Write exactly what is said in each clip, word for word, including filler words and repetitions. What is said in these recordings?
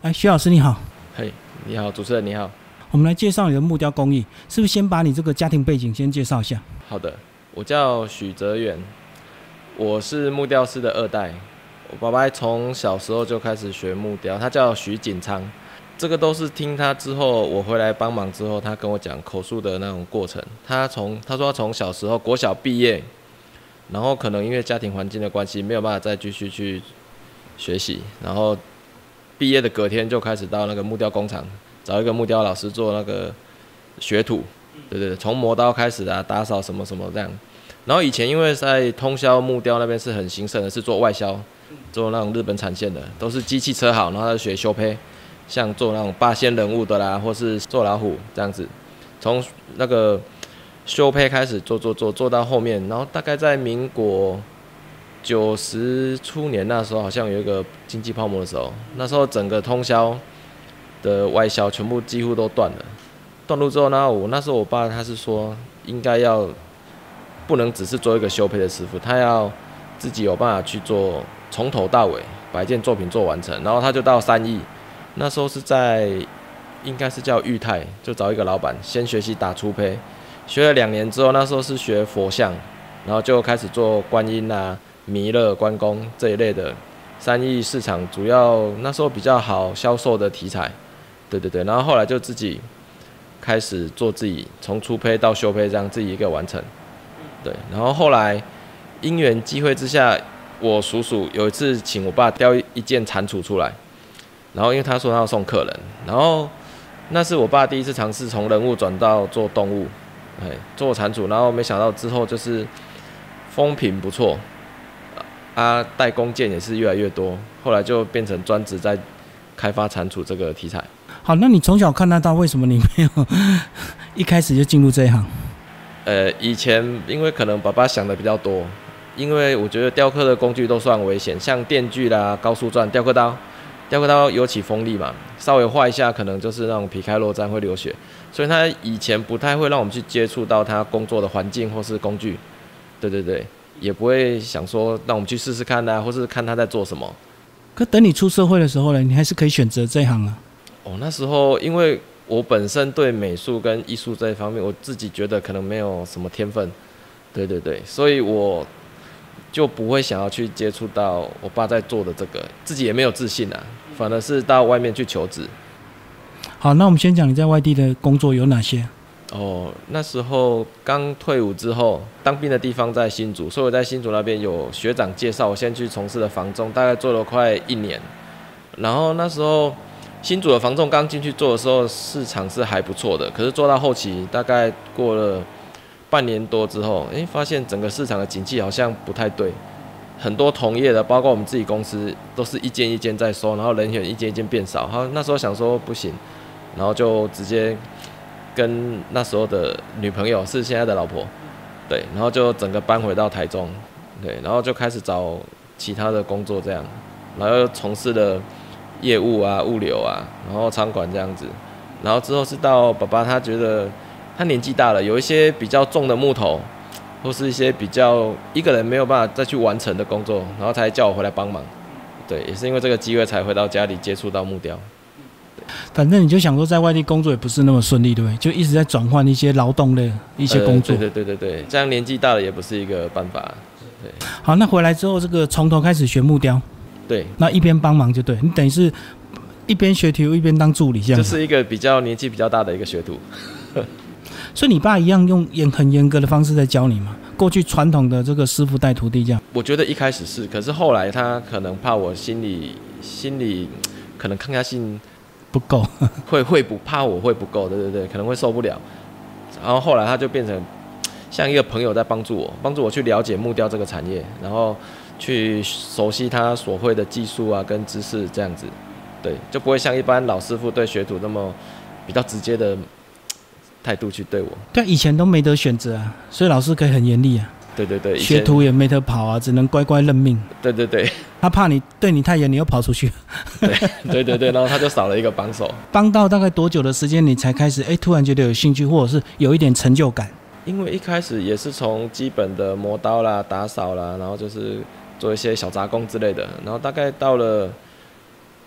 哎，徐老师你好。 嘿，你好，主持人你好。 我们来介绍你的木雕工艺，是不是先把你这个家庭背景先介绍一下？ 好的，我叫许哲远，我是木雕师的二代。我爸爸从小时候就开始学木雕，他叫许景昌。这个都是听他之后，我回来帮忙之后，他跟我讲口述的那种过程。他从他说他从小时候国小毕业，然后可能因为家庭环境的关系，没有办法再继续去学习，然后毕业的隔天就开始到那个木雕工厂找一个木雕老师做那个学徒，对对对，从磨刀开始啊，打扫什么什么这样。然后以前因为在通宵木雕那边是很兴盛的，是做外销，做那种日本产线的，都是机器车好，然后他就学修胚。像做那种八仙人物的啦，或是做老虎这样子，从那个修胚开始做做做做到后面，然后大概在民国九十初年那时候，好像有一个经济泡沫的时候，那时候整个通宵的外销全部几乎都断了。断路之后呢，我那时候我爸他是说，应该要不能只是做一个修胚的师傅，他要自己有办法去做从头到尾把一件作品做完成，然后他就到三义。那时候是在，应该是叫裕泰，就找一个老板先学习打粗胚，学了两年之后，那时候是学佛像，然后就开始做观音啊、弥勒、关公这一类的三义市场主要那时候比较好销售的题材，对对对，然后后来就自己开始做自己从粗胚到修胚这样自己一个完成，对，然后后来因缘机会之下，我叔叔有一次请我爸雕一件蟾蜍出来。然后因为他说他要送客人，然后那是我爸第一次尝试从人物转到做动物，哎，做蟾蜍，然后没想到之后就是风评不错，啊，代工件也是越来越多，后来就变成专职在开发蟾蜍这个题材。 好，那你从小看得到，为什么你没有一开始就进入这一行？ 呃，以前因为可能爸爸想的比较多，因为我觉得雕刻的工具都算危险，像电锯啦、高速钻、雕刻刀。雕刻刀尤其锋利嘛，稍微划一下可能就是那种皮开肉绽会流血，所以他以前不太会让我们去接触到他工作的环境或是工具，对对对，也不会想说让我们去试试看啊，或是看他在做什么。 可等你出社会的时候呢，你还是可以选择这一行啊。 哦，那时候因为我本身对美术跟艺术这一方面，我自己觉得可能没有什么天分，对对对，所以我就不会想要去接触到我爸在做的这个，自己也没有自信啊，反而是到外面去求职。 好，那我们先讲你在外地的工作有哪些？ 哦，那时候刚退伍之后，当兵的地方在新竹，所以我在新竹那边有学长介绍，我先去从事了房仲，大概做了快一年。然后那时候新竹的房仲刚进去做的时候，市场是还不错的，可是做到后期，大概过了半年多之后，哎，发现整个市场的景气好像不太对，很多同业的，包括我们自己公司，都是一间一间在收，然后人员一间一间变少。好，那时候想说不行，然后就直接跟那时候的女朋友，是现在的老婆，对，然后就整个搬回到台中，对，然后就开始找其他的工作这样，然后又从事了业务啊、物流啊，然后仓管这样子，然后之后是到爸爸他觉得。他年纪大了，有一些比较重的木头，或是一些比较一个人没有办法再去完成的工作，然后才叫我回来帮忙。对，也是因为这个机会才回到家里接触到木雕。 反正你就想说，在外地工作也不是那么顺利，对不对？就一直在转换一些劳动的一些工作。 呃、对对对对对，这样年纪大了也不是一个办法。对。 好，那回来之后，这个从头开始学木雕。 对。 那一边帮忙就对，你等于是一边学徒一边当助理这样。 这是一个比较年纪比较大的一个学徒。 所以你爸一样用严很严格的方式在教你吗？过去传统的这个师傅带徒弟这样。 我觉得一开始是，可是后来他可能怕我心里心里可能抗压性不够， 会会不怕我会不够，对对对，可能会受不了。然后后来他就变成像一个朋友在帮助我，帮助我去了解木雕这个产业，然后去熟悉他所会的技术啊跟知识这样子，对，就不会像一般老师傅对学徒那么比较直接的态度去对我。 对，以前都没得选择啊，所以老师可以很严厉啊。 对对对， 学徒也没得跑啊，只能乖乖认命。 对对对， 他怕你对你太严，你又跑出去。 对对对对，然后他就少了一个帮手。 帮到大概多久的时间，你才开始哎突然觉得有兴趣，或者是有一点成就感？ 因为一开始也是从基本的磨刀啦、打扫啦，然后就是做一些小杂工之类的，然后大概到了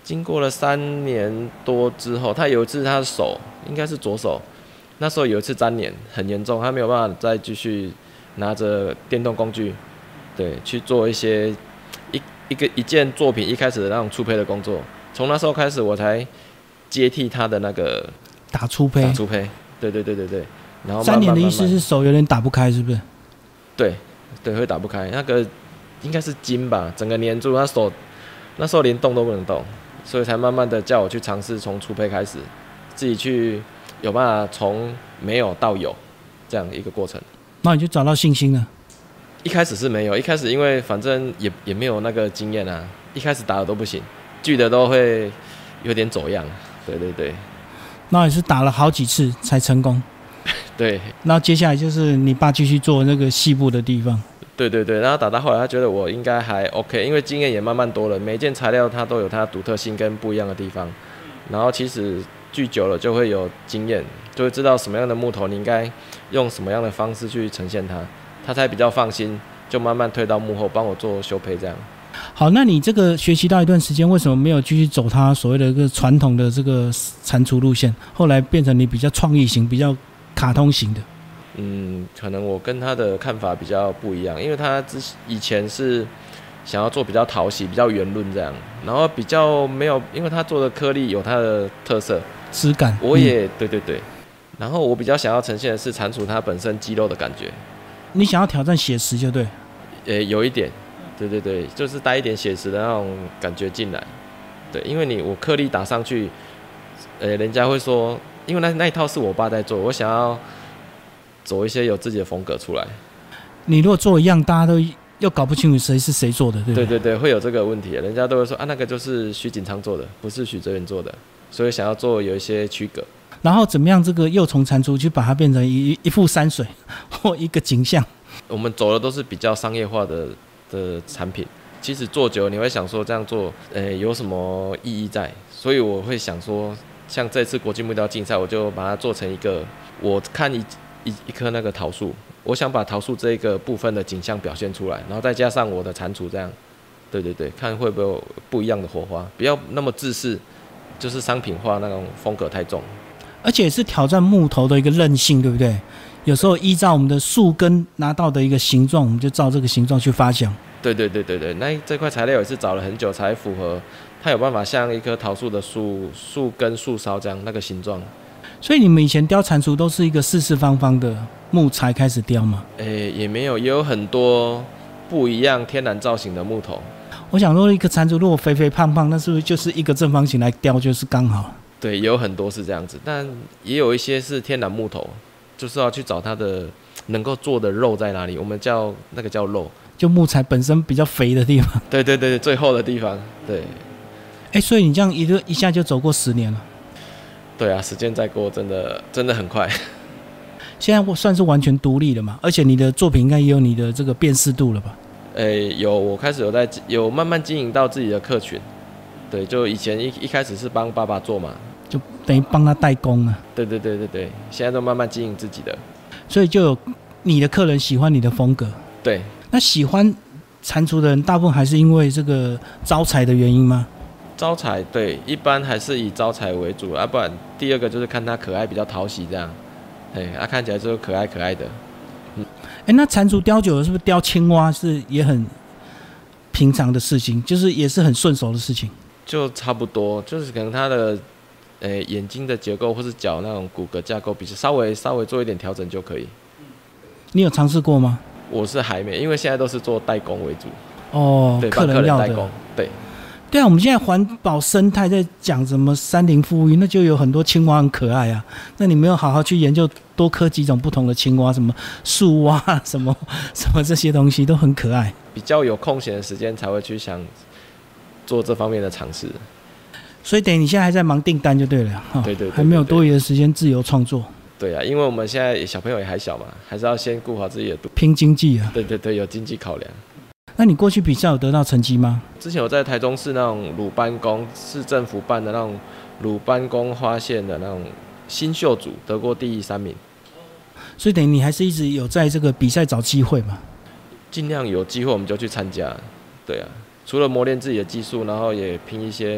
经过了三年多之后，他有一次他的手应该是左手，那时候有一次粘连很严重，他没有办法再继续拿着电动工具，对，去做一些一一个一件作品一开始的那种粗胚的工作。从那时候开始，我才接替他的那个打粗胚， 打粗胚，对对对对对。然后粘连的意思是手有点打不开，是不是？ 对对，会打不开，那个应该是筋吧，整个黏住，他手那时候连动都不能动。所以才慢慢的叫我去尝试从粗胚开始，自己去有办法从没有到有这样一个过程。 那你就找到信心了。 一开始是没有，一开始因为反正也也没有那个经验啊，一开始打的都不行，锯的都会有点走样。对对对。 那也是打了好几次才成功。 对。 然后接下来就是你爸继续做那个细部的地方。 对对对，然后打到后来，他觉得我应该还 OK， 因为经验也慢慢多了，每一件材料它都有它独特性跟不一样的地方。然后其实锯久了就会有经验，就会知道什么样的木头你应该用什么样的方式去呈现它，他才比较放心，就慢慢退到幕后帮我做修胚这样。 好，那你这个学习到一段时间，为什么没有继续走他所谓的一个传统的这个蟾蜍路线，后来变成你比较创意型、比较卡通型的？ 嗯，可能我跟他的看法比较不一样，因为他之以前是想要做比较讨喜、比较圆润这样，然后比较没有，因为他做的颗粒有它的特色质感。 我也、嗯、对对对，然后我比较想要呈现的是蟾蜍它本身肌肉的感觉。 你想要挑战写实就对。 呃，有一点，对对对，就是带一点写实的那种感觉进来。对，因为你我颗粒打上去，呃，人家会说，因为那那一套是我爸在做，我想要走一些有自己的风格出来。 你如果做一样，大家都又搞不清楚谁是谁做的，对不对？ 对对对，会有这个问题，人家都会说啊，那个就是徐锦昌做的，不是许哲元做的，所以想要做有一些区隔。 然后怎么样，这个幼虫蟾蜍去把它变成一一幅山水或一个景象？ 我们走的都是比较商业化的的产品，其实做久了你会想说这样做，呃，有什么意义在？所以我会想说，像这次国际木雕竞赛，我就把它做成一个，我看一一一棵那个桃树，我想把桃树这一个部分的景象表现出来，然后再加上我的蟾蜍这样，对对对，看会不会有不一样的火花，不要那么自私，就是商品化那种风格太重。 而且是挑战木头的一个韧性，对不对？有时候依照我们的树根拿到的一个形状，我们就照这个形状去发想。 对对对对对，那这块材料也是找了很久才符合，它有办法像一棵桃树的树树根树梢这样那个形状。 所以你们以前雕蟾蜍都是一个四四方方的木材开始雕吗？ 诶，也没有，也有很多不一样天然造型的木头。 我想说，一个蟾蜍如果肥肥胖胖，那是不是就是一个正方形来雕就是刚好？ 对，也有很多是这样子，但也有一些是天然木头，就是要去找它的能够做的肉在哪里，我们叫那个叫肉， 就木材本身比较肥的地方。 对对对，最厚的地方，对。 哎，所以你这样一个一下就走过十年了。 对啊，时间再过，真的真的很快。 现在我算是完全独立了嘛，而且你的作品应该也有你的这个辨识度了吧？ 诶，有，我开始有在有慢慢经营到自己的客群。对，就以前一一开始是帮爸爸做嘛， 就等于帮他代工啊。 对对对对对，现在都慢慢经营自己的， 所以就有你的客人喜欢你的风格。 对， 那喜欢蟾蜍的人，大部分还是因为这个招财的原因吗？ 招财，对，一般还是以招财为主，啊，不然第二个就是看它可爱，比较讨喜这样，对，它、啊、看起来就是可爱可爱的。 嗯，哎，那蟾蜍雕久了，是不是雕青蛙是也很平常的事情，就是也是很顺手的事情？ 就差不多，就是可能它的，呃，眼睛的结构或是脚那种骨骼架构，比稍微稍微做一点调整就可以。 你有尝试过吗？ 我是还没，因为现在都是做代工为主。 哦， 对， 客人要的。 代工，对。 对啊，我们现在环保生态在讲什么山林富裕，那就有很多青蛙很可爱啊。那你没有好好去研究多科几种不同的青蛙，什么树蛙，什么什么这些东西都很可爱。 比较有空闲的时间才会去想做这方面的尝试。 所以等于你现在还在忙订单就对了，哦、 对, 对, 对, 对, 对， 还没有多余的时间自由创作。 对啊，因为我们现在小朋友也还小嘛，还是要先顾好自己的肚， 拼经济啊。 对对对，有经济考量。 那你过去比赛有得到成绩吗？ 之前有在台中市那种鲁班宫市政府办的那种鲁班宫花县的那种新秀组得过第三名。 所以等于你还是一直有在这个比赛找机会嘛？ 尽量有机会我们就去参加。对啊，除了磨练自己的技术，然后也拼一些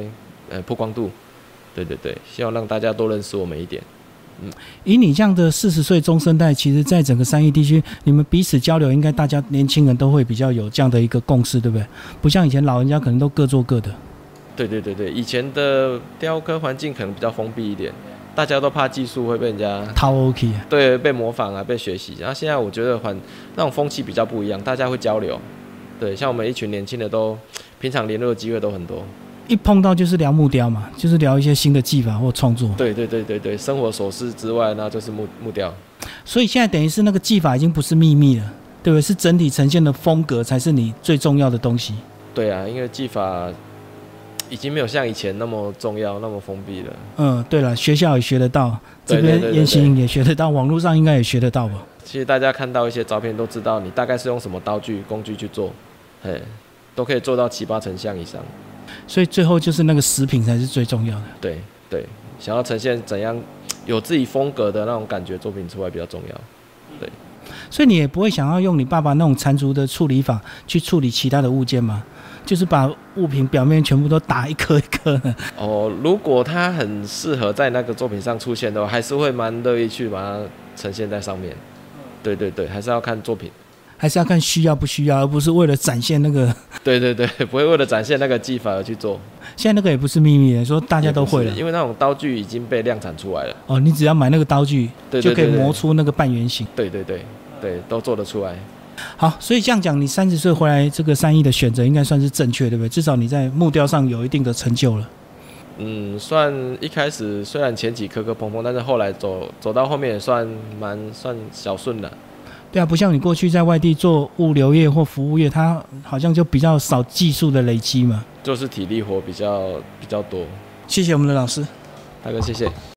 呃曝光度。对对对，希望让大家多认识我们一点。 嗯，以你这样的四十岁中生代，其实在整个三义地区，你们彼此交流，应该大家年轻人都会比较有这样的一个共识，对不对？不像以前老人家可能都各做各的。 对对对对，以前的雕刻环境可能比较封闭一点，大家都怕技术会被人家掏 OK， 对，被模仿啊，被学习。然后现在我觉得环那种风气比较不一样，大家会交流。对，像我们一群年轻的都平常联络的机会都很多。 一碰到就是聊木雕嘛，就是聊一些新的技法或创作。 对对对对对，生活琐事之外，那就是木木雕。 所以现在等于是那个技法已经不是秘密了，对不对？是整体呈现的风格才是你最重要的东西。 对啊，因为技法已经没有像以前那么重要、那么封闭了。 嗯，对了，学校也学得到，这边研习营也学得到，网络上应该也学得到吧？ 其实大家看到一些照片都知道，你大概是用什么刀具、工具去做，嘿，都可以做到七八成像以上。 所以最后就是那个食品才是最重要的。 对对，想要呈现怎样有自己风格的那种感觉作品出来比较重要。对， 所以你也不会想要用你爸爸那种蟾蜍的处理法去处理其他的物件吗？就是把物品表面全部都打一颗一颗的。 哦，如果它很适合在那个作品上出现的话，还是会蛮乐意去把它呈现在上面。对对对，还是要看作品。 还是要看需要不需要，而不是为了展现那个。 对对对，不会为了展现那个技法而去做。 现在那个也不是秘密了，说大家都会了， 因为那种刀具已经被量产出来了。 哦，你只要买那个刀具， 对对对对， 就可以磨出那个半圆形。 对对对对，都做得出来。 好，所以这样讲，你三十岁回来这个三义的选择应该算是正确，对不对？至少你在木雕上有一定的成就了。 嗯，算一开始虽然前期磕磕碰碰，但是后来走走到后面也算蛮算小顺的。 对啊，不像你过去在外地做物流业或服务业，它好像就比较少技术的累积嘛， 就是体力活比较比较多。 谢谢我们的老师， 大哥，谢谢。